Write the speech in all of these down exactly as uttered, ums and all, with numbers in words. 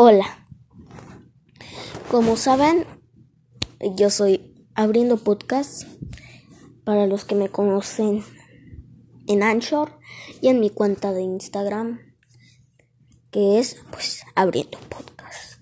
Hola, como saben, yo soy Abriendo Podcast, para los que me conocen en Anchor y en mi cuenta de Instagram, que es pues Abriendo Podcast.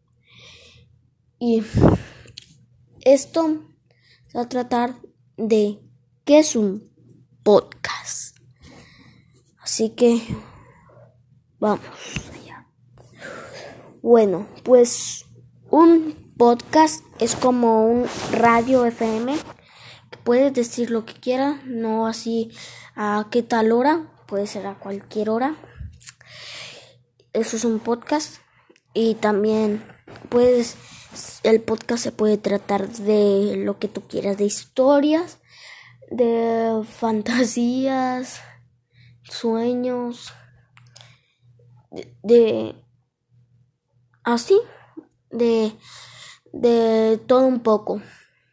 Y esto se va a tratar de qué es un podcast. Así que vamos allá. Bueno, pues un podcast es como un radio F M, que puedes decir lo que quieras, no así a qué tal hora, puede ser a cualquier hora. Eso es un podcast. Y también puedes, el podcast se puede tratar de lo que tú quieras, de historias, de fantasías, sueños, de, de así, de de todo un poco.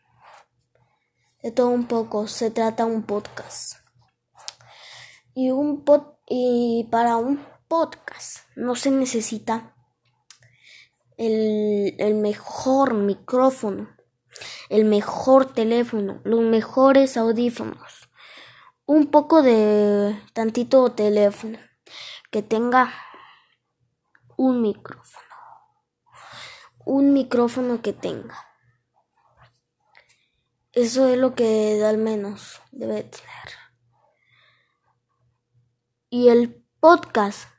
De todo un poco se trata un podcast. Y un pod, y para un podcast no se necesita el, el mejor micrófono, el mejor teléfono, los mejores audífonos, un poco de tantito teléfono que tenga un micrófono. Un micrófono que tenga. Eso es lo que al menos debe tener. Y el podcast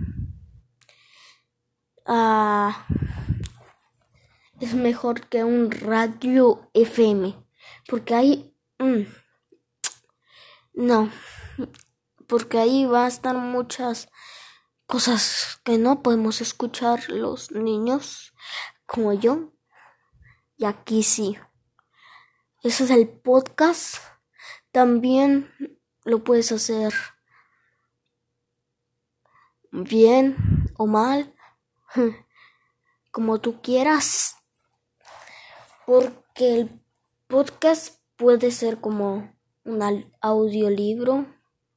uh, es mejor que un radio F M. Porque ahí... Mm, no. Porque ahí va a estar muchas cosas que no podemos escuchar los niños como yo. Y aquí sí. Eso es el podcast. También lo puedes hacer bien o mal, como tú quieras, porque el podcast puede ser como un audiolibro,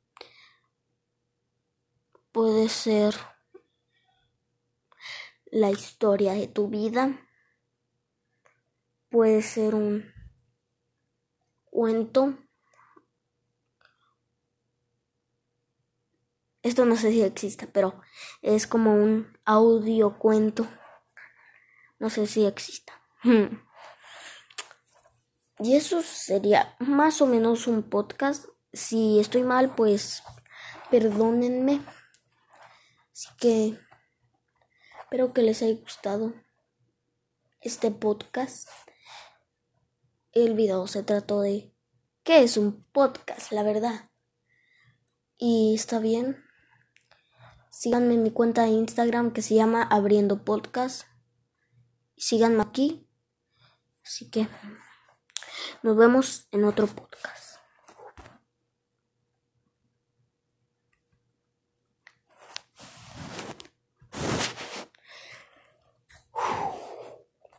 puede ser la historia de tu vida, puede ser un cuento. Esto no sé si exista, pero es como un audio cuento. No sé si exista. Y eso sería más o menos un podcast. Si estoy mal, pues perdónenme. Así que espero que les haya gustado este podcast. El video se trató de ¿qué es un podcast? La verdad. Y está bien. Síganme en mi cuenta de Instagram que se llama Abriendo Podcast. Síganme aquí. Así que nos vemos en otro podcast.